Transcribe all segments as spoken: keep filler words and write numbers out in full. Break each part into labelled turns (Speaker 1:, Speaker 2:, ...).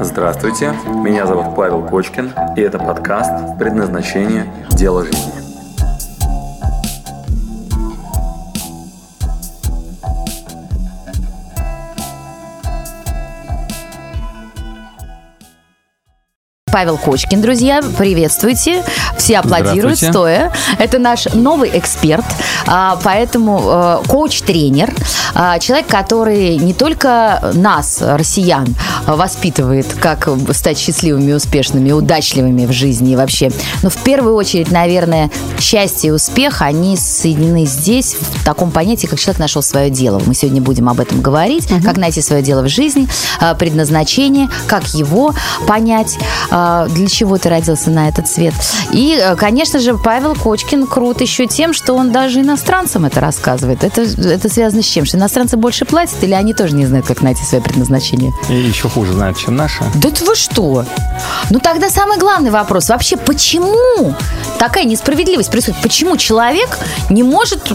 Speaker 1: Здравствуйте, меня зовут Павел Кочкин, и это подкаст «Предназначение. Дело жизни».
Speaker 2: Павел Кочкин, друзья, приветствуйте. Все аплодируют стоя. Это наш новый эксперт, поэтому коуч-тренер, человек, который не только нас, россиян, воспитывает, как стать счастливыми, успешными, удачливыми в жизни и вообще, но в первую очередь, наверное, счастье и успех, они соединены здесь в таком понятии, как человек нашел свое дело. Мы сегодня будем об этом говорить, угу. Как найти свое дело в жизни, предназначение, как его понять, для чего ты родился на этот свет. И, конечно же, Павел Кочкин крут еще тем, что он даже иностранцам это рассказывает. Это, это связано с чем? Что иностранцы больше платят, или они тоже не знают, как найти свое предназначение?
Speaker 3: И еще хуже знают, чем наши.
Speaker 2: Да вы что? Ну, тогда самый главный вопрос. Вообще, почему такая несправедливость происходит? Почему человек не может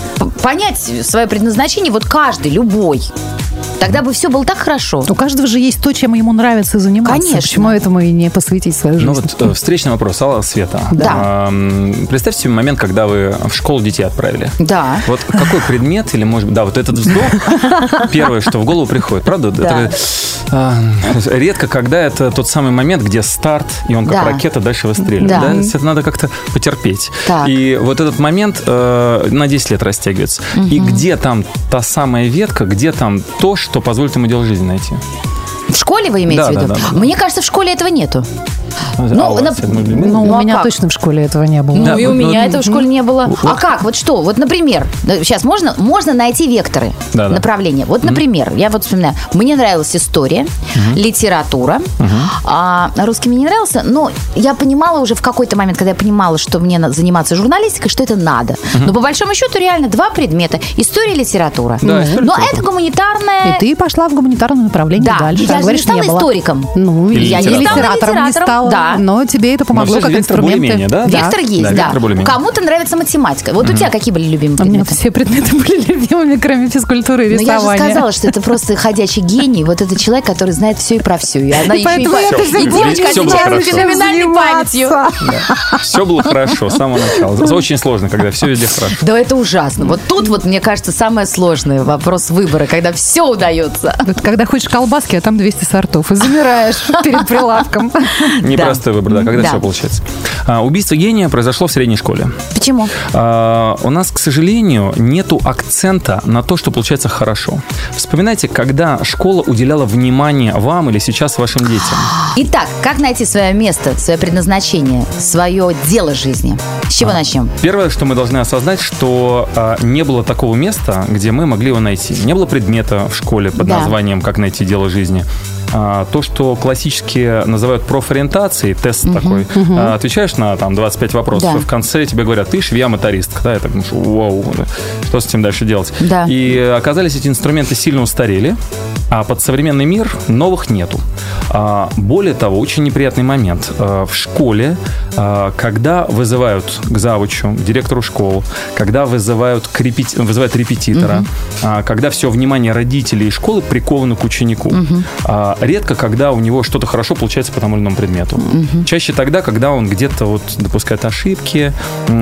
Speaker 2: понять свое предназначение, вот каждый, любой? Тогда бы все было так хорошо.
Speaker 4: У каждого же есть то, чем ему нравится заниматься.
Speaker 2: Конечно.
Speaker 4: Почему этому и не посвятить свою жизнь?
Speaker 3: Ну вот встречный вопрос. Алла, Света.
Speaker 2: Да.
Speaker 3: Представьте себе момент, когда вы в школу детей отправили.
Speaker 2: Да.
Speaker 3: Вот какой предмет, или, может быть, да, вот этот вздох, первое, что в голову приходит, правда?
Speaker 2: Да.
Speaker 3: Это, редко, когда это тот самый момент, где старт, и он как
Speaker 2: да.
Speaker 3: ракета дальше выстреливает.
Speaker 2: Да.
Speaker 3: Да? Это надо как-то потерпеть.
Speaker 2: Так.
Speaker 3: И вот этот момент э, на десять лет растягивается. Угу. И где там та самая ветка, где там то, что позволит ему дело жизни найти?
Speaker 2: В школе вы имеете
Speaker 3: да,
Speaker 2: в виду?
Speaker 3: Да, да, да.
Speaker 2: Мне кажется, в школе этого нету.
Speaker 3: Ну, а у, на...
Speaker 4: ну,
Speaker 2: ну,
Speaker 4: у
Speaker 2: а
Speaker 4: меня
Speaker 2: как?
Speaker 4: точно в школе этого не было.
Speaker 2: Ну,
Speaker 3: да,
Speaker 2: и у
Speaker 3: ну,
Speaker 2: меня
Speaker 3: ну,
Speaker 2: этого в школе не было.
Speaker 3: Вот.
Speaker 2: А как? Вот что? Вот, например, сейчас можно, можно найти векторы
Speaker 3: да,
Speaker 2: направления. Вот, например, mm-hmm. я вот вспоминаю, мне нравилась история, mm-hmm. литература, mm-hmm. а русский мне не нравился, но я понимала уже в какой-то момент, когда я понимала, что мне надо заниматься журналистикой, что это надо. Mm-hmm. Но по большому счету реально два предмета. История и литература.
Speaker 3: Да, история,
Speaker 2: но
Speaker 3: литература.
Speaker 2: Это гуманитарное...
Speaker 4: И ты пошла в гуманитарное направление
Speaker 2: да,
Speaker 4: дальше.
Speaker 2: я же
Speaker 4: говоришь,
Speaker 2: не стала
Speaker 4: не
Speaker 2: историком.
Speaker 4: Ну,
Speaker 3: или
Speaker 4: я
Speaker 3: литератором.
Speaker 4: не литератором не стала,
Speaker 2: да.
Speaker 4: но тебе это помогло
Speaker 3: но
Speaker 4: как инструменты.
Speaker 3: Да?
Speaker 2: Вектор есть, да.
Speaker 3: да. Вектор
Speaker 2: Кому-то нравится математика. Вот mm-hmm. у тебя какие были любимые
Speaker 4: предметы? У меня
Speaker 2: предметы?
Speaker 4: все предметы были любимыми, кроме физкультуры и рисования.
Speaker 2: Но я же сказала, что это просто ходячий гений. Вот это человек, который знает все и про все. И она еще и,
Speaker 3: все,
Speaker 2: и девочка с феноменальной памятью.
Speaker 3: Да. Все было хорошо с самого начала. Очень сложно, когда все везде хорошо.
Speaker 2: Да, это ужасно. Вот тут вот, мне кажется, самое сложное вопрос выбора, когда все удается.
Speaker 4: Это когда хочешь колбаски, а там двести сортов. И замираешь перед прилавком.
Speaker 3: Непростой выбор, да, когда все получается. Убийство гения произошло в средней школе.
Speaker 2: Почему?
Speaker 3: А, у нас, к сожалению, нету акцента на то, что получается хорошо. Вспоминайте, когда школа уделяла внимание вам или сейчас вашим детям.
Speaker 2: Итак, как найти свое место, свое предназначение, свое дело жизни? С чего а, начнем?
Speaker 3: Первое, что мы должны осознать, что а, не было такого места, где мы могли его найти. Не было предмета в школе под да. названием «Как найти дело жизни». А, то, что классически называют профориентацией, тест uh-huh, такой, uh-huh. А, отвечаешь на там, двадцать пять вопросов, да. и в конце тебе говорят, ты швея-мотористка. Да, я так думаю, вау, что с этим дальше делать?
Speaker 2: Да.
Speaker 3: И оказались, эти инструменты сильно устарели, а под современный мир новых нету. А, более того, очень неприятный момент. А, в школе, а, когда вызывают к завучу, к директору школы, когда вызывают, к репети... вызывают репетитора, uh-huh. а, когда все внимание родителей и школы приковано к ученику, uh-huh. а, редко, когда у него что-то хорошо получается по тому или иному предмету. Uh-huh. Чаще тогда, когда он где-то вот допускает ошибки,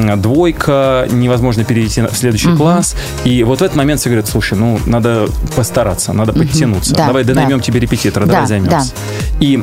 Speaker 3: двойка, невозможно перейти в следующий uh-huh. класс. И вот в этот момент все говорят, слушай, ну, надо постараться, надо uh-huh. подтянуться. Да, давай донаймем да. тебе репетитора, да, давай займемся. Да. И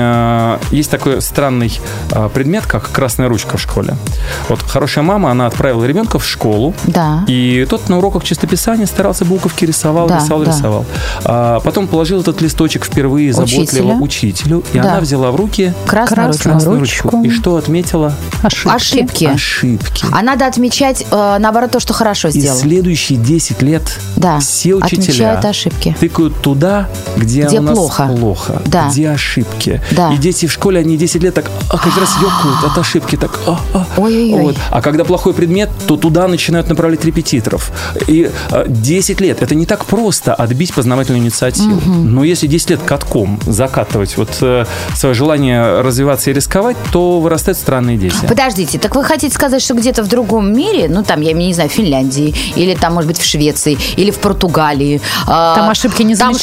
Speaker 3: э, есть такой странный э, предмет, как красная ручка в школе. Вот хорошая мама, она отправила ребенка в школу,
Speaker 2: да.
Speaker 3: и тот на уроках чистописания старался, буковки рисовал, да, рисовал, да. рисовал. А потом положил этот листочек впервые заботливо учителю, и да. она взяла в руки
Speaker 2: красную, красную,
Speaker 3: красную ручку. ручку. И что отметила?
Speaker 2: Ошибки. Ошибки.
Speaker 3: Ошибки.
Speaker 2: А надо отмечать, э, наоборот, то, что хорошо сделал.
Speaker 3: И следующие десять лет да. все учителя
Speaker 2: ошибки.
Speaker 3: тыкают туда, где,
Speaker 2: где
Speaker 3: у нас
Speaker 2: плохо,
Speaker 3: плохо
Speaker 2: да.
Speaker 3: где ошибки.
Speaker 2: Да.
Speaker 3: И дети в школе, они десять лет так а, как раз ёкают от ошибки. Так, а, а. Вот. А когда плохой предмет, то туда начинают направлять репетиторов. И а, десять лет. Это не так просто отбить познавательную инициативу. Угу. Но если десять лет катком закатывать вот э, свое желание развиваться и рисковать, то вырастают странные дети.
Speaker 2: Подождите, так вы хотите сказать, что где-то в другом мире, ну там, я не знаю, в Финляндии, или там, может быть, в Швеции, или в Португалии.
Speaker 4: Там ошибки не замечают?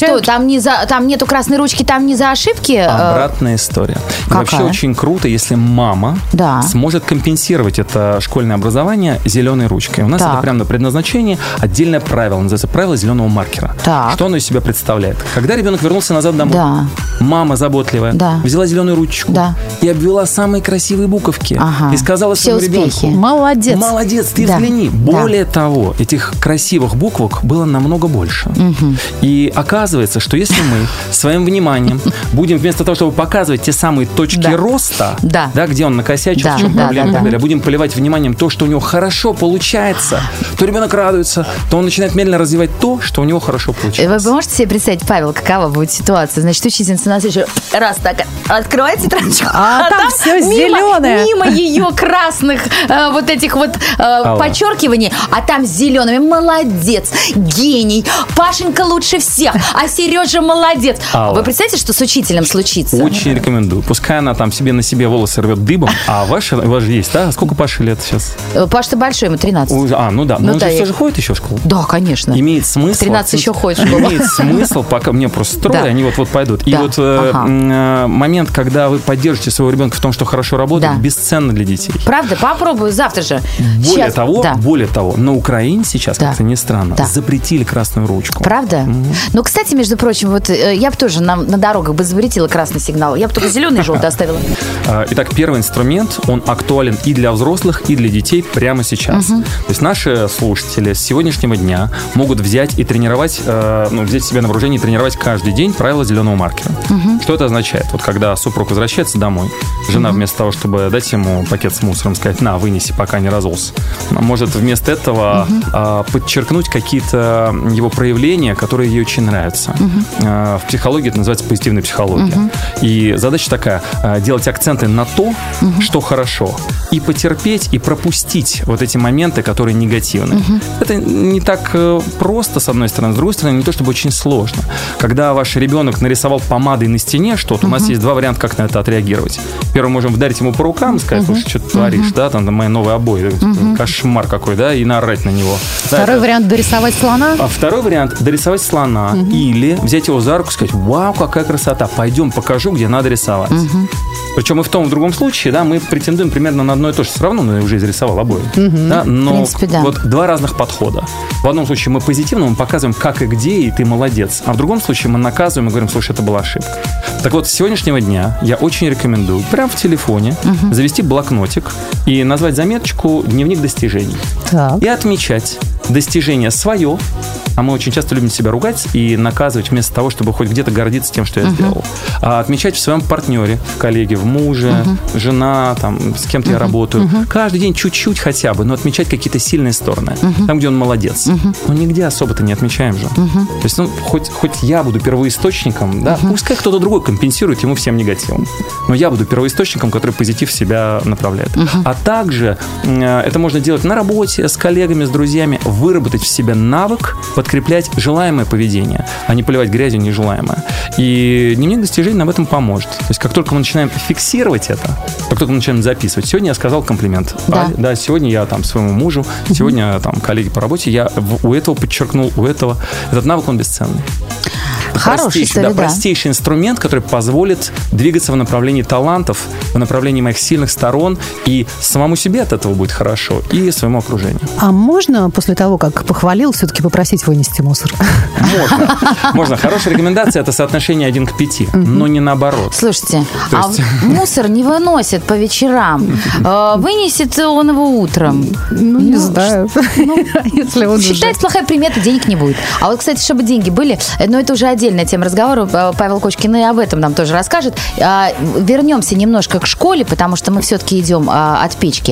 Speaker 2: что, там, не за, там нету красной ручки, там не за ошибки?
Speaker 3: Обратная история. И вообще очень круто, если мама да. сможет компенсировать это школьное образование зеленой ручкой. У нас так. это прямо на предназначении отдельное правило, называется правило зеленого маркера. Так. Что оно из себя представляет? Когда ребенок вернулся назад домой, да. мама заботливая да. взяла зеленую ручку да. и обвела самые красивые буковки ага. и сказала
Speaker 2: все
Speaker 3: своему
Speaker 2: успехи.
Speaker 3: ребенку:
Speaker 4: молодец.
Speaker 3: Молодец, ты да. взгляни. Более да. того, этих красивых буквок было намного больше. Угу. И оказывается, что если мы своим вниманием будем вместо того, чтобы показывать те самые точки да. роста, да. Да, где он накосячил, да. в чем да, проблема, да, да, да. будем поливать вниманием то, что у него хорошо получается, то ребенок радуется, то он начинает медленно развивать то, что у него хорошо получается.
Speaker 2: Вы можете себе представить, Павел, какова будет ситуация? Значит, учительница на следующий раз так открывает тетрадочку,
Speaker 4: а, а там, там все мимо, зеленое.
Speaker 2: Мимо ее красных э, вот этих вот э, подчеркиваний, а там с зелеными. Молодец, гений, Пашенька лучше всех, а Сережа молодец. Алла. Вы представляете, что с учителем случится?
Speaker 3: Очень рекомендую. Пускай она там себе на себе волосы рвет дыбом, а ваши, у вас же есть, да? Сколько Паше лет сейчас?
Speaker 2: Паша-то большой, ему тринадцать.
Speaker 3: А, ну да. Но ну, он да, же я... все же ходит еще в школу?
Speaker 2: Да, конечно.
Speaker 3: Имеет смысл.
Speaker 2: тринадцать еще ходит в школу.
Speaker 3: Имеет смысл, пока мне просто трое, да. они вот-вот пойдут. Да. И вот ага. э, момент, когда вы поддержите своего ребенка в том, что хорошо работает, да. бесценно для детей.
Speaker 2: Правда? Попробую завтра же.
Speaker 3: Более
Speaker 2: Сейчас.
Speaker 3: того,
Speaker 2: да.
Speaker 3: более того, на Украине сейчас, да. как-то не странно, да. запретили красную ручку.
Speaker 2: Правда? Mm-hmm. Ну, кстати, между прочим, вот я бы тоже на, на дорогах бы запретила красный сигнал. Я бы только зеленый и желтый оставила.
Speaker 3: Итак, первый инструмент, он актуален и для взрослых, и для детей прямо сейчас. Uh-huh. То есть наши слушатели с сегодняшнего дня могут взять и тренировать, ну, взять себе на вооружение и тренировать каждый день правила зеленого маркера. Uh-huh. Что это означает? Вот когда супруг возвращается домой, жена uh-huh. вместо того, чтобы дать ему пакет с мусором, сказать: на, вынеси, пока не разулся, может вместо этого uh-huh. подчеркнуть какие-то его проявления, которые ей очень нравятся. Uh-huh. В психологии это называется позитивная психология. Uh-huh. И задача такая: делать акценты на то, uh-huh. что хорошо, и потерпеть, и пропустить вот эти моменты, которые негативные. Uh-huh. Это не так просто, с одной стороны, с другой стороны, не то чтобы очень сложно. Когда ваш ребенок нарисовал помадой на стене что-то, uh-huh. у нас есть два варианта, как на это отреагировать. Первый, можем вдарить ему по рукам и сказать: слушай, uh-huh. что ты творишь, uh-huh. да, там мои новые обои, uh-huh. кошмар какой, да, и наорать на него.
Speaker 4: Второй да, это... вариант — дорисовать слона.
Speaker 3: А второй вариант — дорисовать слона. Uh-huh. Или взять его за руку и сказать: вау, какая красота, пойдем покажу, где надо рисовать. Uh-huh. Причем и в том, и в другом случае, да, мы претендуем примерно на одно и то же. Все равно мы уже изрисовал обои. Uh-huh. Да, но
Speaker 2: принципе, да.
Speaker 3: вот два разных подхода. В одном случае мы позитивно, мы показываем, как и где, и ты молодец. А в другом случае мы наказываем и говорим: слушай, это была ошибка. Так вот, с сегодняшнего дня я очень рекомендую прямо в телефоне uh-huh. завести блокнотик и назвать заметочку «Дневник достижений». Так. И отмечать достижение свое. А мы очень часто любим себя ругать и наказывать вместо того, чтобы хоть где-то гордиться тем, что я uh-huh. сделал. А отмечать в своем партнере, в коллеге, в муже, uh-huh. жена, там, с кем-то uh-huh. я работаю. Uh-huh. Каждый день чуть-чуть хотя бы, но отмечать какие-то сильные стороны. Uh-huh. Там, где он молодец. Uh-huh. Но нигде особо-то не отмечаем же. Uh-huh. То есть, ну, хоть, хоть я буду первоисточником, да, uh-huh. пускай кто-то другой компенсирует ему всем негативом. Но я буду первоисточником, который позитив в себя направляет. Uh-huh. А также э, это можно делать на работе, с коллегами, с друзьями, выработать в себе навык подкреплять желаемое поведение, а не поливать грязью нежелаемое. И дневник достижений нам в этом поможет. То есть как только мы начинаем фиксировать это, как только мы начинаем записывать: сегодня я сказал комплимент, да, а, да сегодня я там своему мужу, mm-hmm. сегодня там коллеги по работе, я у этого подчеркнул, у этого. Этот навык, он бесценный.
Speaker 2: Хороший,
Speaker 3: простейший, да, да. простейший инструмент, который позволит двигаться в направлении талантов, в направлении моих сильных сторон, и самому себе от этого будет хорошо, и своему окружению.
Speaker 4: А можно после того, как похвалил, все-таки попросить вынести мусор?
Speaker 3: Можно. Можно. Хорошая рекомендация — это соотношение один к пяти, но не наоборот.
Speaker 2: Слушайте, а мусор не выносят по вечерам. Вынесет он его утром.
Speaker 4: Ну, не знаю. Если он
Speaker 2: считается плохая примета, денег не будет. А вот, кстати, чтобы деньги были, но это уже отдельная тема разговора. Павел Кочкин и об этом нам тоже расскажет. Вернемся немножко к школе, потому что мы все-таки идем от печки.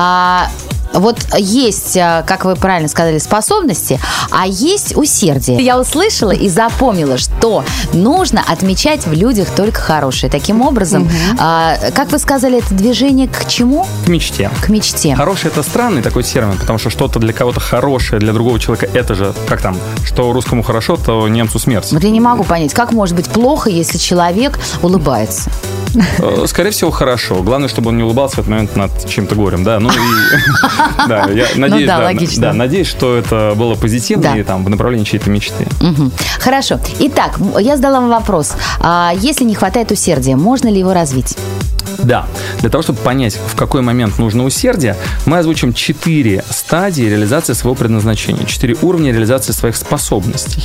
Speaker 2: Вот есть, как вы правильно сказали, способности, а есть усердие. Я услышала и запомнила, что нужно отмечать в людях только хорошее. Таким образом, угу. а, как вы сказали, это движение к чему?
Speaker 3: К мечте.
Speaker 2: К мечте.
Speaker 3: Хорошее — это странный такой термин, потому что что-то для кого-то хорошее, для другого человека — это же, как там, что русскому хорошо, то немцу смерть.
Speaker 2: Вот я не могу понять, как может быть плохо, если человек улыбается?
Speaker 3: Скорее всего, хорошо. Главное, чтобы он не улыбался в этот момент над чем-то горем, да. Ну и да, я надеюсь,
Speaker 2: да,
Speaker 3: да,
Speaker 2: логично.
Speaker 3: да, надеюсь, что это было позитивно и там в направлении чьей-то мечты.
Speaker 2: Угу. Хорошо. Итак, я задала вам вопрос. А если не хватает усердия, можно ли его развить?
Speaker 3: Да. Для того, чтобы понять, в какой момент нужно усердие, мы озвучим четыре стадии реализации своего предназначения, четыре уровня реализации своих способностей.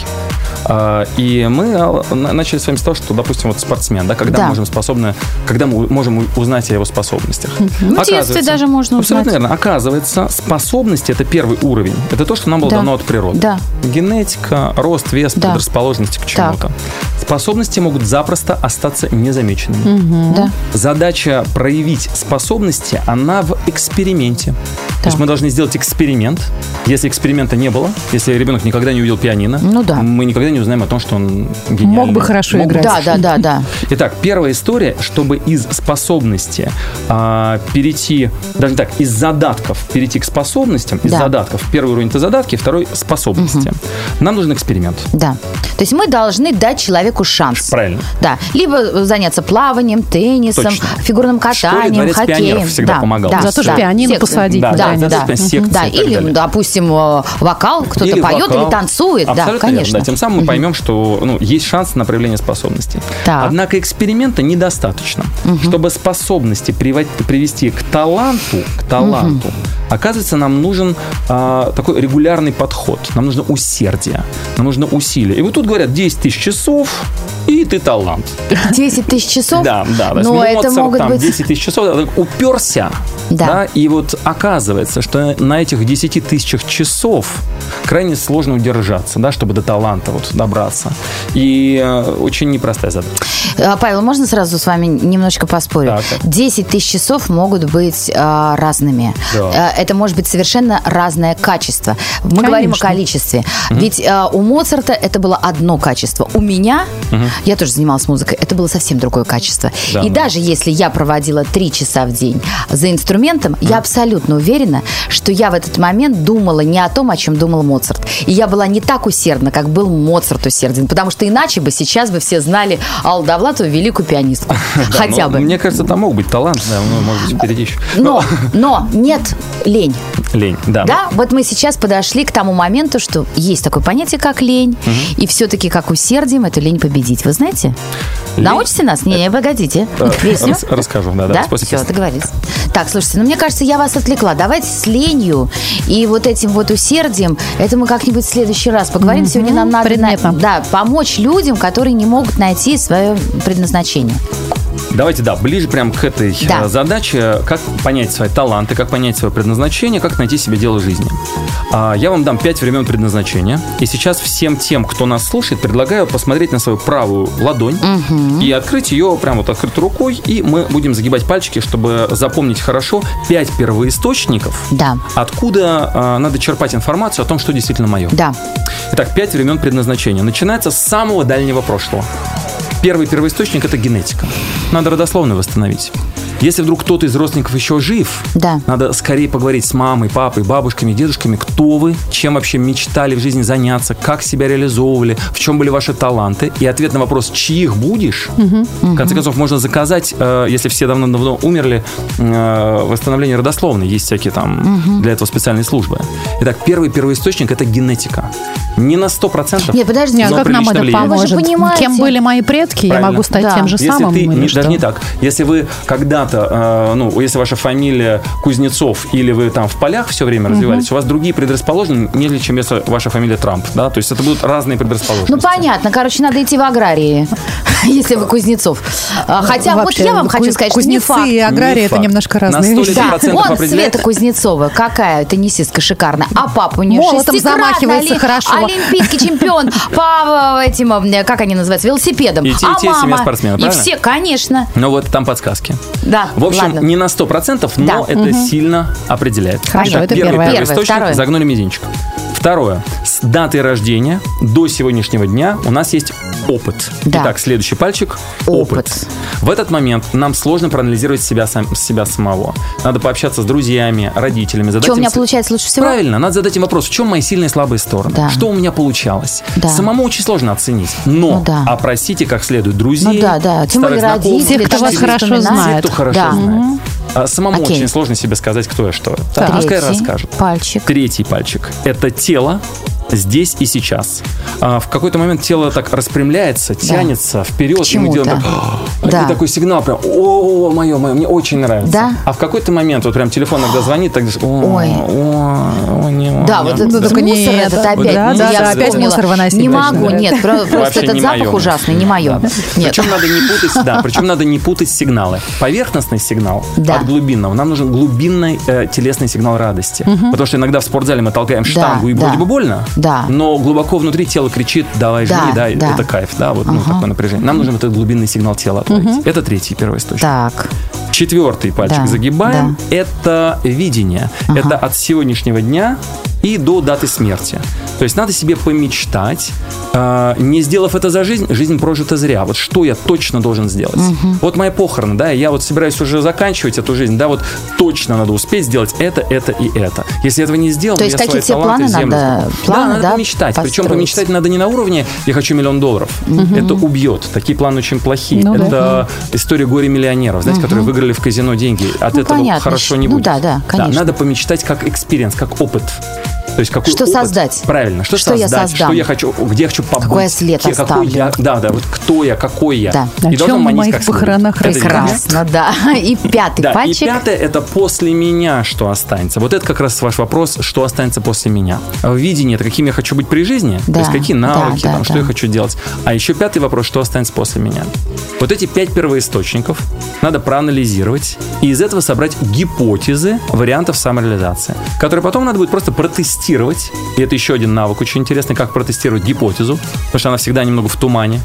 Speaker 3: И мы начали с вами с того, что, допустим, вот спортсмен, да, когда да. мы можем способны, когда мы можем узнать о его способностях.
Speaker 2: Ну, в детстве даже можно узнать.
Speaker 3: Абсолютно верно. Оказывается, способности – это первый уровень. Это то, что нам было
Speaker 2: да.
Speaker 3: дано от природы.
Speaker 2: Да.
Speaker 3: Генетика, рост, вес, да. предрасположенности к чему-то. Так. Способности могут запросто остаться незамеченными.
Speaker 2: Угу. Да.
Speaker 3: Задача проявить способности, она в эксперименте. Да. То есть мы должны сделать эксперимент. Если эксперимента не было, если ребенок никогда не увидел пианино,
Speaker 2: ну, да.
Speaker 3: мы никогда не узнаем о том, что он гениальный.
Speaker 4: Мог бы хорошо Мог играть.
Speaker 2: Да, да, да, да.
Speaker 3: Итак, первая история, чтобы из способности а, перейти, даже так, из задатков перейти к способностям, из да. задатков. Первый уровень – это задатки, второй – способности. Угу. Нам нужен эксперимент.
Speaker 2: Да. То есть мы должны дать человеку шанс.
Speaker 3: Правильно.
Speaker 2: Да. Либо заняться плаванием, теннисом, Точно. фигурным катанием, хоккеем.
Speaker 3: Пионеров всегда
Speaker 2: да.
Speaker 3: помогал.
Speaker 2: Да.
Speaker 4: Зато
Speaker 2: да.
Speaker 4: пианино
Speaker 2: Секция.
Speaker 4: посадить.
Speaker 3: Да,
Speaker 2: да,
Speaker 3: да, да.
Speaker 2: да. да. Или, допустим, вокал, кто-то или поет
Speaker 3: вокал.
Speaker 2: или танцует.
Speaker 3: Абсолютно
Speaker 2: да, конечно.
Speaker 3: Верно. Да. Тем самым мы поймем, что ну, есть шанс на проявление способностей.
Speaker 2: Так.
Speaker 3: Однако эксперимента недостаточно. Угу. Чтобы способности привести к таланту, к таланту, угу. оказывается, нам нужен а, такой регулярный подход. Нам нужно усердие, нам нужно усилие. И вот тут говорят десять тысяч часов, и ты талант.
Speaker 2: десять тысяч часов?
Speaker 3: Да, да.
Speaker 2: Но
Speaker 3: Моцарт,
Speaker 2: это могут
Speaker 3: там,
Speaker 2: быть...
Speaker 3: десять тысяч часов, уперся. Да. Да. И вот оказывается, что на этих десяти тысячах часов крайне сложно удержаться, да, чтобы до таланта вот добраться. И э, очень непростая задача.
Speaker 2: Павел, можно сразу с вами немножечко поспорить? десять тысяч часов могут быть э, разными. Да. Э, это может быть совершенно разное качество. Мы Конечно. говорим о количестве. Угу. Ведь э, у Моцарта это было одно качество. У меня, угу. я тоже занималась музыкой, это было совсем другое качество. Да, И да. даже если я проводила три часа в день за инструментом, угу. я абсолютно уверена, что я в этот момент думала не о том, о чем думал Моцарт. И я была не так усердна, как был Моцарт усерден. Потому что иначе бы сейчас бы все знали Аллу Довлатову, великую пианистку. Хотя бы.
Speaker 3: Мне кажется, там мог быть талант, да, может быть, впереди еще.
Speaker 2: Но, но нет лень.
Speaker 3: Лень, да.
Speaker 2: Да, вот мы сейчас подошли к тому моменту, что есть такое понятие, как лень, угу. и все-таки как усердием эту лень победить. Вы знаете? Лень? Научите нас? Не, не, погодите. Песню?
Speaker 3: Расскажу, да, да.
Speaker 2: Да? Все, договорились. Так, слушайте, ну мне кажется, я вас отвлекла. Давайте с ленью и вот этим вот усердием, это мы как-нибудь в следующий раз поговорим. Mm-hmm. Сегодня нам надо на, да, помочь людям, которые не могут найти свое предназначение.
Speaker 3: Давайте, да, ближе прям к этой да. задаче, как понять свои таланты, как понять свое предназначение, как найти себе дело жизни. Я вам дам пять времен предназначения, и сейчас всем тем, кто нас слушает, предлагаю посмотреть на свою правую ладонь угу. и открыть ее прям вот открытой рукой, и мы будем загибать пальчики, чтобы запомнить хорошо пять первоисточников,
Speaker 2: да.
Speaker 3: откуда э, надо черпать информацию о том, что действительно мое.
Speaker 2: Да.
Speaker 3: Итак, пять времен предназначения. Начинается с самого дальнего прошлого. Первый первоисточник – это генетика. Надо родословную восстановить. Если вдруг кто-то из родственников еще жив,
Speaker 2: да.
Speaker 3: надо скорее поговорить с мамой, папой, бабушками, дедушками, кто вы, чем вообще мечтали в жизни заняться, как себя реализовывали, в чем были ваши таланты. И ответ на вопрос, чьих будешь, угу, в конце угу. концов, можно заказать, э, если все давно-давно умерли, э, восстановление родословной. Есть всякие там угу. для этого специальные службы. Итак, первый первоисточник – это генетика. Не на сто процентов.
Speaker 2: Нет, подожди,
Speaker 4: а как нам это поможет? Кем были мои предки, Правильно. я могу стать да. тем же
Speaker 3: если
Speaker 4: самым.
Speaker 3: Ты, не, даже не так. Если вы когда-то, э, ну, если ваша фамилия Кузнецов или вы там в полях все время угу. развивались, у вас другие предрасположенности, нежели чем если ваша фамилия Трамп, да? То есть это будут разные предрасположенности.
Speaker 2: Ну, понятно. Короче, надо идти в аграрии, если вы Кузнецов. Хотя вот я вам хочу сказать, что не факт.
Speaker 4: Кузнецы и аграрии – это немножко разные вещи.
Speaker 2: Да, вон Света Кузнецова, какая теннисистка шикарная. А папа у нее
Speaker 4: молотом замахивается хорошо.
Speaker 2: Олимпийский чемпион по этим, как они называются, велосипедам.
Speaker 3: И те, и те семья спортсменов,
Speaker 2: и все, конечно.
Speaker 3: Ну вот там подсказки.
Speaker 2: Да,
Speaker 3: В общем,
Speaker 2: ладно.
Speaker 3: не на сто процентов, но да. это угу. сильно определяет.
Speaker 2: Хорошо,
Speaker 3: Итак,
Speaker 2: это
Speaker 3: первый,
Speaker 2: первое.
Speaker 3: первый источник,
Speaker 2: Второе.
Speaker 3: загнули мизинчик. Второе. С даты рождения до сегодняшнего дня у нас есть опыт.
Speaker 2: Да.
Speaker 3: Итак, следующий пальчик –
Speaker 2: опыт.
Speaker 3: опыт. В этот момент нам сложно проанализировать себя, сам, себя самого. Надо пообщаться с друзьями, родителями. Задать
Speaker 2: Что у меня
Speaker 3: им...
Speaker 2: получается лучше всего?
Speaker 3: Правильно, надо задать им вопрос, в чем мои сильные и слабые стороны?
Speaker 2: Да.
Speaker 3: Что у меня получалось?
Speaker 2: Да.
Speaker 3: Самому очень сложно оценить. Но
Speaker 2: Ну да.
Speaker 3: опросите как следует друзей,
Speaker 2: Ну да, да. Тем более
Speaker 3: старых знакомых,
Speaker 2: родители,
Speaker 4: Тех, кто
Speaker 2: там
Speaker 4: вас
Speaker 2: все
Speaker 4: хорошо
Speaker 2: вспоминают.
Speaker 4: знает.
Speaker 3: кто хорошо
Speaker 2: Да.
Speaker 3: знает. А самому
Speaker 2: Окей.
Speaker 3: очень сложно себе сказать, кто я, что я.
Speaker 2: Так.
Speaker 3: Пускай
Speaker 2: Третий
Speaker 3: расскажет.
Speaker 2: пальчик.
Speaker 3: Третий пальчик. Это тело здесь и сейчас. А, в какой-то момент тело так распрямляется, тянется вперед, и мы
Speaker 2: К
Speaker 3: делаем
Speaker 2: чему-то.
Speaker 3: так,
Speaker 2: Да.
Speaker 3: и такой сигнал прям, о, мое, мое, мне очень нравится.
Speaker 2: Да.
Speaker 3: А в какой-то момент вот прям телефон иногда звонит, так говоришь, о,
Speaker 2: Ой.
Speaker 3: о, о, не, о,
Speaker 2: Да,
Speaker 3: не.
Speaker 2: вот этот
Speaker 4: только не
Speaker 2: мусор,
Speaker 4: это.
Speaker 2: этот опять.
Speaker 4: Да,
Speaker 2: ну,
Speaker 4: да,
Speaker 2: я
Speaker 4: да, опять
Speaker 2: вспомнила.
Speaker 4: мусор выносить
Speaker 2: Не
Speaker 4: точно,
Speaker 2: могу,
Speaker 4: да.
Speaker 2: нет, про- просто
Speaker 3: Вообще
Speaker 2: этот
Speaker 3: не
Speaker 2: запах
Speaker 3: моё.
Speaker 2: ужасный, не мое. Нет.
Speaker 3: Причем надо не путать, да, причем надо не путать сигналы. Поверхностный сигнал
Speaker 2: Да.
Speaker 3: от глубинного. Нам нужен глубинный э, телесный сигнал радости. Потому что иногда в спортзале мы толкаем штангу, и
Speaker 2: да.
Speaker 3: вроде бы больно,
Speaker 2: Да.
Speaker 3: но глубоко внутри тело кричит, давай
Speaker 2: Да,
Speaker 3: жми, да,
Speaker 2: да.
Speaker 3: это кайф, да, вот ну,
Speaker 2: Ага.
Speaker 3: такое напряжение. Нам нужен вот этот глубинный сигнал тела отловить. Это третий первоисточник.
Speaker 2: Так.
Speaker 3: Четвертый пальчик
Speaker 2: Да,
Speaker 3: загибаем. Это видение.
Speaker 2: Ага.
Speaker 3: Это от сегодняшнего дня и до даты смерти. То есть надо себе помечтать, э, не сделав это за жизнь, жизнь прожита зря. Вот что я точно должен сделать. Вот мои похороны, да, я вот собираюсь уже заканчивать эту жизнь, да, вот точно надо успеть сделать это, это и это. Если этого не сделал,
Speaker 2: То есть
Speaker 3: я свои
Speaker 2: какие-то
Speaker 3: таланты
Speaker 2: планы
Speaker 3: в землю
Speaker 2: надо-
Speaker 3: сдам.
Speaker 2: планы,
Speaker 3: да, надо
Speaker 2: да,
Speaker 3: помечтать. Причем
Speaker 2: построить.
Speaker 3: помечтать надо не на уровне «я хочу миллион долларов». Это убьет. Такие планы очень плохие.
Speaker 4: Ну да.
Speaker 3: это история горе-миллионеров, знаете, которые выиграли в казино деньги. От
Speaker 2: Ну,
Speaker 3: этого
Speaker 2: понятно.
Speaker 3: хорошо не
Speaker 2: Ну
Speaker 3: будет.
Speaker 2: да, да, конечно.
Speaker 3: надо помечтать как экспириенс, как опыт. То есть какой
Speaker 2: Что
Speaker 3: опыт-
Speaker 2: создать?
Speaker 3: Правильно. Что,
Speaker 2: Что я
Speaker 3: создать?
Speaker 2: создам?
Speaker 3: Что я хочу, где я хочу побыть?
Speaker 2: Какой я след
Speaker 3: Ке- какой
Speaker 2: оставлю?
Speaker 3: я, да, да, вот кто я, какой я.
Speaker 2: Да.
Speaker 4: О
Speaker 3: И должен
Speaker 4: чем на
Speaker 3: манить
Speaker 4: моих
Speaker 3: как следует.
Speaker 4: похоронах
Speaker 3: Это видно.
Speaker 2: Прекрасно, да. И пятый
Speaker 3: Да, и
Speaker 2: пальчик.
Speaker 3: пятое – это после меня, что останется. Вот это как раз ваш вопрос, что останется после меня. Видение – это каким я хочу быть при жизни,
Speaker 2: Да,
Speaker 3: то есть какие навыки,
Speaker 2: да,
Speaker 3: там,
Speaker 2: да,
Speaker 3: что
Speaker 2: да.
Speaker 3: я хочу делать. А еще пятый вопрос, что останется после меня. Вот эти пять первоисточников надо проанализировать и из этого собрать гипотезы вариантов самореализации, которые потом надо будет просто протестировать. И это еще один навык очень интересный, как протестировать гипотезу, потому что она всегда немного в тумане.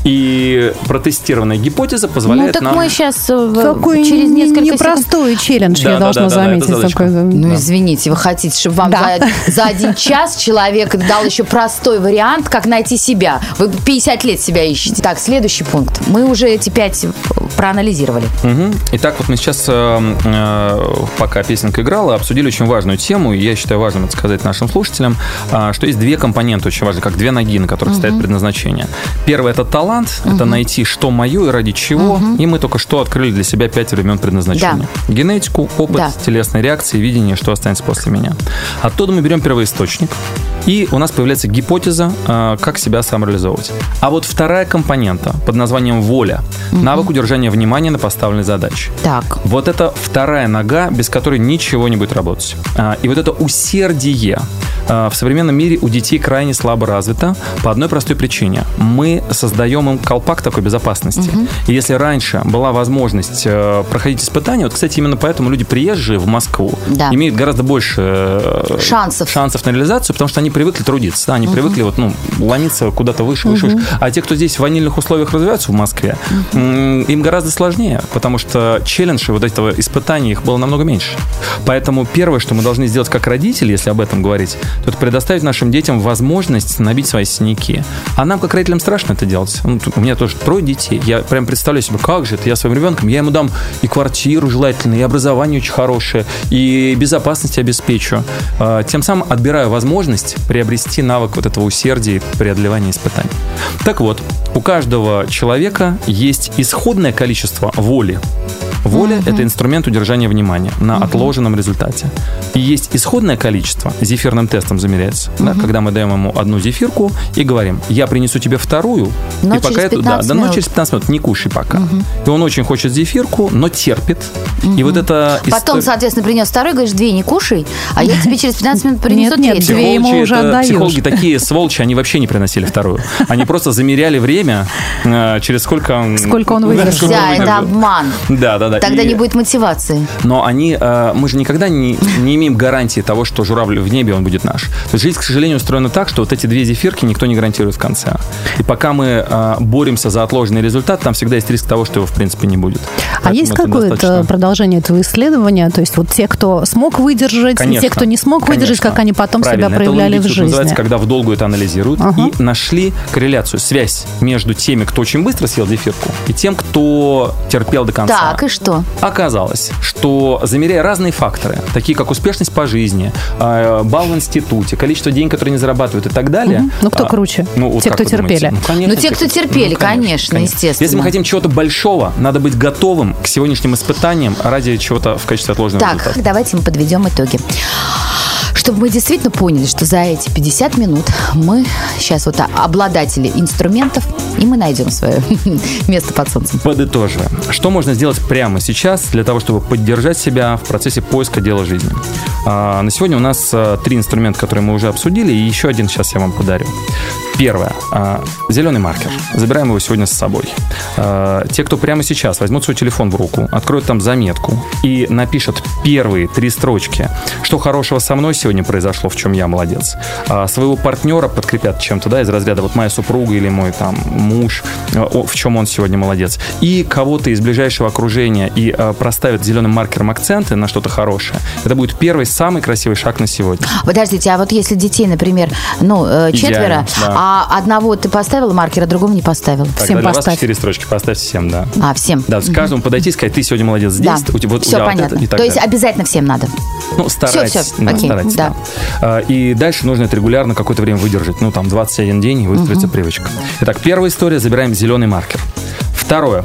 Speaker 3: И протестированная гипотеза
Speaker 2: Ну,
Speaker 3: позволяет
Speaker 2: так
Speaker 3: нам...
Speaker 2: мы сейчас
Speaker 4: Какой
Speaker 2: через несколько секунд...
Speaker 4: непростой челлендж,
Speaker 3: Да,
Speaker 4: я
Speaker 3: да,
Speaker 4: должна
Speaker 3: да, да, это
Speaker 4: заметить.
Speaker 3: задачка.
Speaker 4: Такой,
Speaker 2: Ну,
Speaker 3: Да.
Speaker 2: извините, вы хотите, чтобы вам
Speaker 4: Да.
Speaker 2: за, за один час человек дал еще простой вариант, как найти себя. Вы пятьдесят лет себя ищете. Так, следующий пункт. Мы уже эти пять проанализировали.
Speaker 3: Мгм. Итак, вот мы сейчас, э, э, пока песенка играла, обсудили очень важную тему, и я считаю важным это сказать нашим слушателям, э, что есть две компоненты очень важные, как две ноги, на которых стоит предназначение. Первое – это талант, это найти, что мое и ради чего, и мы только что открыли для себя пять времен предназначения. Генетику, опыт,
Speaker 2: Да.
Speaker 3: телесные реакции, видение, что останется после меня. Оттуда мы берем первоисточник, и у нас появляется гипотеза, э, как себя самореализовывать. А вот вторая компонента под названием воля, навык удержания внимания на поставленной задаче.
Speaker 2: Так.
Speaker 3: Вот это вторая нога, без которой ничего не будет работать. А, И вот это усердие а, в современном мире у детей крайне слабо развито по одной простой причине. Мы создаем им колпак такой безопасности. И если раньше была возможность э, проходить испытания, вот, кстати, именно поэтому люди, приезжие в Москву,
Speaker 2: Да.
Speaker 3: имеют гораздо больше э,
Speaker 2: Шансов.
Speaker 3: шансов на реализацию, потому что они привыкли трудиться, да, они привыкли вот, ну, ломиться куда-то выше, выше, выше. А те, кто здесь в ванильных условиях развиваются в Москве, м, им гораздо сложнее, потому что челленджей вот этого испытания их было намного меньше. Поэтому первое, что мы должны сделать как родители, если об этом говорить, то это предоставить нашим детям возможность набить свои синяки. А нам, как родителям, страшно это делать. Ну, тут у меня тоже трое детей. Я прям представляю себе, как же это я своим ребенком, я ему дам и квартиру желательно, и образование очень хорошее, и безопасность обеспечу. А, Тем самым отбираю возможность приобрести навык вот этого усердия и преодолевания испытаний. Так вот, у каждого человека есть исходное количество воли. Воля – это инструмент удержания внимания на отложенном результате. И есть исходное количество, зефирным тестом замеряется, да, когда мы даем ему одну зефирку и говорим, я принесу тебе вторую,
Speaker 2: Но
Speaker 3: и пока
Speaker 2: через
Speaker 3: это, да,
Speaker 2: пятнадцать
Speaker 3: да, но
Speaker 2: минут.
Speaker 3: через пятнадцать минут не кушай пока. И он очень хочет зефирку, но терпит. И вот это...
Speaker 2: Потом,
Speaker 3: истор-
Speaker 2: соответственно, принес второй, говоришь, две не кушай, а я тебе через пятнадцать минут принесу
Speaker 4: Нет, нет,
Speaker 2: третью.
Speaker 4: две ему
Speaker 3: Психологи
Speaker 4: уже
Speaker 3: это-
Speaker 4: отдаешь.
Speaker 3: Психологи такие сволочи, они вообще не приносили вторую. Они просто замеряли время, э, через сколько... он-
Speaker 4: Сколько он
Speaker 3: Да,
Speaker 4: выдержит.
Speaker 3: сколько он
Speaker 2: Нельзя, это
Speaker 3: выдержит.
Speaker 2: обман.
Speaker 3: Да, да, да.
Speaker 2: Тогда
Speaker 3: И...
Speaker 2: не будет мотивации.
Speaker 3: Но они, э, мы же никогда не, не имеем гарантии того, что журавль в небе, он будет наш. То есть жизнь, к сожалению, устроена так, что вот эти две зефирки никто не гарантирует в конце. И пока мы э, боремся за отложенный результат, там всегда есть риск того, что его в принципе не будет.
Speaker 4: А
Speaker 3: Поэтому
Speaker 4: есть какое-то
Speaker 3: достаточно...
Speaker 4: продолжение этого исследования? То есть вот те, кто смог выдержать,
Speaker 3: Конечно,
Speaker 4: и те, кто не смог
Speaker 3: конечно.
Speaker 4: выдержать, как они потом
Speaker 3: Правильно.
Speaker 4: себя проявляли
Speaker 3: это
Speaker 4: в жизни?
Speaker 3: Называется, когда в долгую это анализируют,
Speaker 4: Ага.
Speaker 3: и нашли корреляцию, связь между теми, кто очень быстро съел зефирку, и тем, кто терпел до конца.
Speaker 2: Так, и что?
Speaker 3: Оказалось, что замеряя разные факторы, такие как успешность по жизни, э, балл в институте, количество денег, которые они зарабатывают и так далее.
Speaker 4: Угу. Ну, кто
Speaker 3: а,
Speaker 4: круче?
Speaker 3: Ну, вот
Speaker 4: те, кто терпели.
Speaker 3: Ну, конечно,
Speaker 2: Ну, те, кто терпели,
Speaker 3: ну,
Speaker 2: конечно, естественно.
Speaker 3: Если мы хотим чего-то большого, надо быть готовым к сегодняшним испытаниям ради чего-то в качестве отложенного
Speaker 2: Так,
Speaker 3: результата.
Speaker 2: давайте мы подведем итоги. Чтобы мы действительно поняли, что за эти пятьдесят минут мы сейчас вот обладатели инструментов, и мы найдем свое место под солнцем.
Speaker 3: Подытоживаем. Что можно сделать прямо сейчас для того, чтобы поддержать себя в процессе поиска дела жизни? А, на сегодня у нас а, три инструмента, которые мы уже обсудили, и еще один сейчас я вам подарю. Первое. А, зеленый маркер. Забираем его сегодня с собой. А, те, кто прямо сейчас возьмут свой телефон в руку, откроют там заметку и напишут первые три строчки, что хорошего со мной сегодня произошло, в чем я молодец. А, своего партнера подкрепят чем-то, да, из разряда вот моя супруга или мой там муж, в чем он сегодня молодец. И кого-то из ближайшего окружения и а, проставят зеленым маркером акценты на что-то хорошее. Это будет первый, самый красивый шаг на сегодня.
Speaker 2: Подождите, а вот если детей, например, ну, четверо,
Speaker 3: да.
Speaker 2: а одного ты поставил маркер, а другому не поставил?
Speaker 3: Так,
Speaker 4: Всем
Speaker 3: для вас
Speaker 4: поставь.
Speaker 3: четыре строчки, поставь всем, да.
Speaker 2: А, всем?
Speaker 3: Да, с каждому подойти и сказать, ты сегодня молодец здесь.
Speaker 2: Да,
Speaker 3: у тебя, вот,
Speaker 2: все
Speaker 3: да, вот
Speaker 2: понятно.
Speaker 3: это, и так
Speaker 2: То есть
Speaker 3: далее.
Speaker 2: обязательно всем надо?
Speaker 3: Ну, старайтесь.
Speaker 2: Все, все,
Speaker 3: да,
Speaker 2: окей,
Speaker 3: старайтесь,
Speaker 2: да.
Speaker 3: да. И дальше нужно это регулярно какое-то время выдержать. Ну, там, двадцать один день, и выстроится угу. привычка. Итак, первая история. Забираем зеленый маркер. Второе.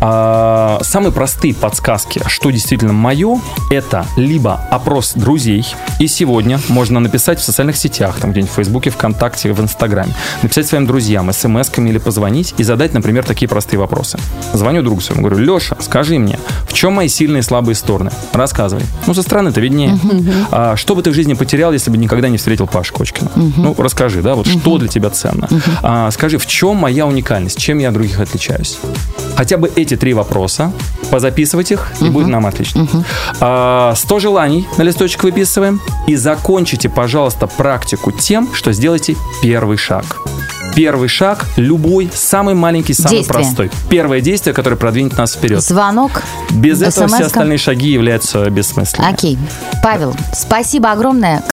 Speaker 3: А, самые простые подсказки, что действительно мое, это либо опрос друзей, и сегодня можно написать в социальных сетях, там где-нибудь в Фейсбуке, ВКонтакте, в Инстаграме, написать своим друзьям смс-ками или позвонить и задать, например, такие простые вопросы. Звоню другу своему, говорю: Леша, скажи мне, в чем мои сильные и слабые стороны? Рассказывай. Ну, со стороны-то виднее. Uh-huh. А, что бы ты в жизни потерял, если бы никогда не встретил Пашу Кочкина? Uh-huh. Ну, расскажи, да, вот uh-huh. что для тебя ценно? Uh-huh. А, скажи, в чем моя уникальность, чем я от других отличаюсь? Хотя бы эти три вопроса, позаписывать их, и uh-huh. будет нам отлично. Uh-huh. А, сто желаний на листочек выписываем. И закончите, пожалуйста, практику тем, что сделайте первый шаг. Первый шаг, любой, самый маленький, самый
Speaker 2: действие.
Speaker 3: простой. Первое действие, которое продвинет нас вперед.
Speaker 2: Звонок.
Speaker 3: Без этого
Speaker 2: смс-ка.
Speaker 3: все остальные шаги являются бессмысленными.
Speaker 2: Окей. Павел, спасибо огромное.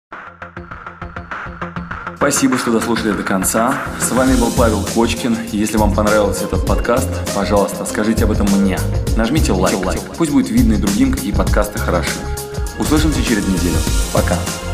Speaker 1: Спасибо, что дослушали до конца. С вами был Павел Кочкин. Если вам понравился этот подкаст, пожалуйста, скажите об этом мне. Нажмите лайк. Пусть будет видно и другим, какие подкасты хороши. Услышимся через неделю. Пока.